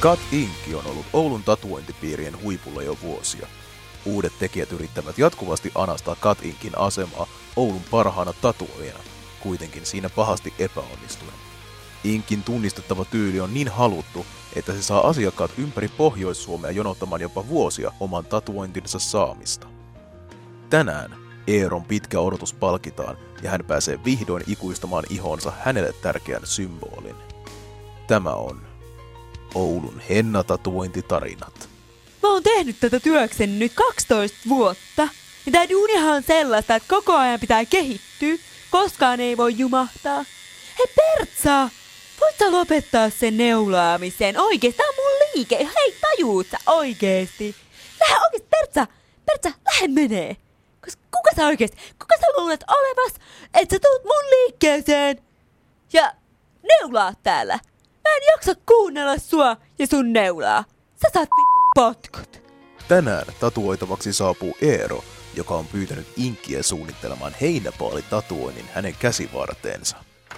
Cut Inc. on ollut Oulun tatuointipiirien huipulla jo vuosia. Uudet tekijät yrittävät jatkuvasti anastaa Cut Incin asemaa Oulun parhaana tatuoijana, kuitenkin siinä pahasti epäonnistuen. Inkin tunnistettava tyyli on niin haluttu, että se saa asiakkaat ympäri Pohjois-Suomea jonottamaan jopa vuosia oman tatuointinsa saamista. Tänään Eeron pitkä odotus palkitaan ja hän pääsee vihdoin ikuistamaan ihoonsa hänelle tärkeän symbolin. Tämä on Oulun Henna-tatuointitarinat. Mä oon tehnyt tätä työkseni nyt 12 vuotta. Ja tää duunihan on sellaista, että koko ajan pitää kehittyä. Koskaan ei voi jumahtaa. Hei Pertsa! Voit sä lopettaa sen neulaamisen? Oikeesti, tää on mun liike. Hei, tajuut sä oikeesti? Lähde oikeesti, Pertsa, lähde menee. Kuka sä luulet olevas, että sä tuut mun liikkeeseen? Ja neulaa täällä. Mä en jaksa kuunnella sua ja sun neulaa. Sä saat potkut. Tänään tatuoitavaksi saapuu Eero, joka on pyytänyt Inkkiä suunnittelemaan heinäpaalitatuoinnin hänen käsivarteensa.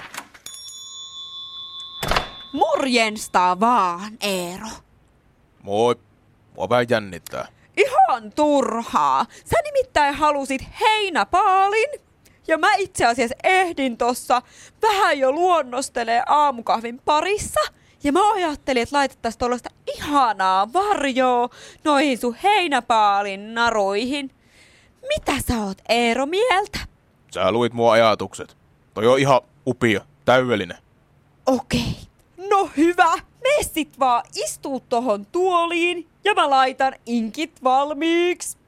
Morjensta vaan, Eero. Moi, mua vähän jännittää. Ihan turhaa. Sä nimittäin halusit heinäpaalin. Ja mä itse asiassa ehdin tossa vähän jo luonnostelee aamukahvin parissa. Ja mä ajattelin, että laitettais tollaista ihanaa varjoa noihin sun heinäpaalin naruihin. Mitä sä oot, Eero, mieltä? Sä luit mua ajatukset. Toi on ihan upea, täydellinen. Okei. No hyvä. Me sit vaan istuu tohon tuoliin ja mä laitan inkit valmiiksi.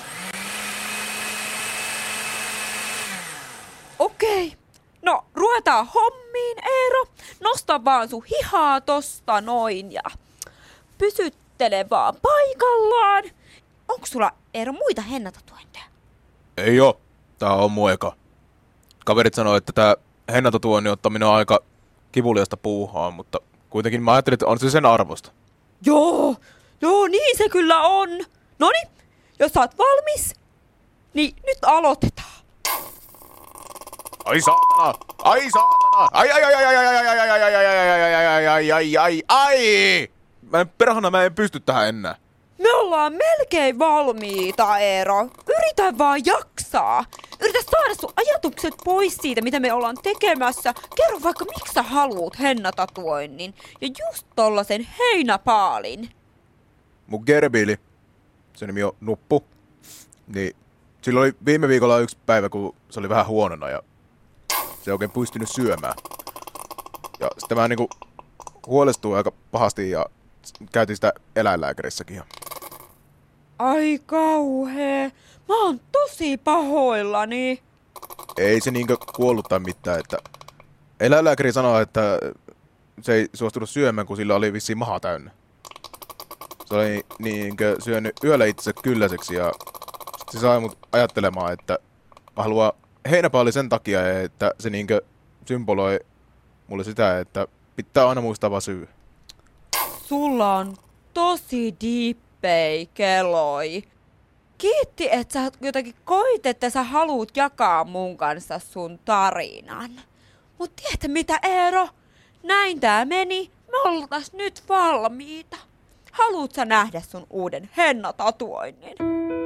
Okei. No, ruvetaan hommiin, Eero. Nosta vaan sun hihaa tosta noin ja pysyttele vaan paikallaan. Onko sulla, Eero, muita hennatatuointeja? Ei oo. Tää on mun eka. Kaverit sanoo, että tää hennatatuoinnin ottaminen on aika kivuliasta puuhaa, mutta kuitenkin mä ajattelin, että on se sen arvosta. Joo, niin se kyllä on. Noniin, jos sä oot valmis, niin nyt aloitetaan. Ai saatana! Ai saatana! Ai! Mä en pysty tähän enää. Me ollaan melkein valmiita, Eero. Yritä vaan jaksaa. Yritä saada sun ajatukset pois siitä, mitä me ollaan tekemässä. Kerro vaikka, miksi sä haluut hennatatuoinnin. Ja just tollasen heinäpaalin. Mun gerbiili, se nimi on Nuppu, niin sillä oli viime viikolla yksi päivä, kun se oli vähän huonona ja se ei oikein pystynyt syömään. Ja sitten mä niinku huolestuin aika pahasti ja käytin sitä eläinlääkärissäkin. Ai kauhea. Mä oon tosi pahoillani. Ei se niinkö kuollut tai mitään, että eläinlääkäri sanoi, että se ei suostunut syömään, kun sillä oli vissiin maha täynnä. Se oli niinkö syönyt yöllä itsensä kylläiseksi ja se sai mut ajattelemaan, että mä haluan heinäpaali sen takia, että se niinkö symboloi mulle sitä, että pitää aina muistaa vaan syy. Sulla on tosi diippei keloi. Kiitti, että sä jotenkin koit, että sä haluut jakaa mun kanssa sun tarinan. Mut tiedätkö mitä, Eero? Näin tää meni. Me oltais nyt valmiita. Haluut sä nähdä sun uuden hennatatuoinnin?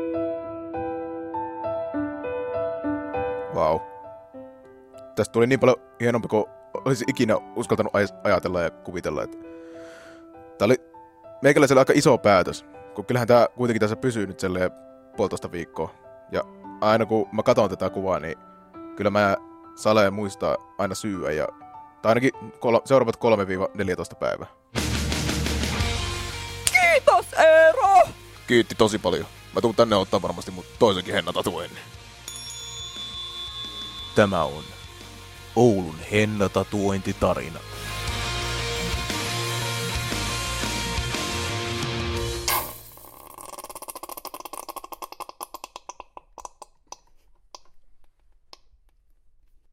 Vau. Tästä tuli niin paljon hienompi kuin olisi ikinä uskaltanut ajatella ja kuvitella. Että tää oli meikäläisellä aika iso päätös, kun kyllähän tää kuitenkin tässä pysyy nyt selleen 1,5 viikkoa. Ja aina kun mä katon tätä kuvaa, niin kyllä mä saleen muistaa aina syyä tai ainakin seuraavat 3-14 päivää. Kiitos, Eero! Kiitti tosi paljon. Mä tuun tänne ottaa varmasti mun toisenkin hennatatuoinnin. Tämä on Oulun Henna-tatuointitarina.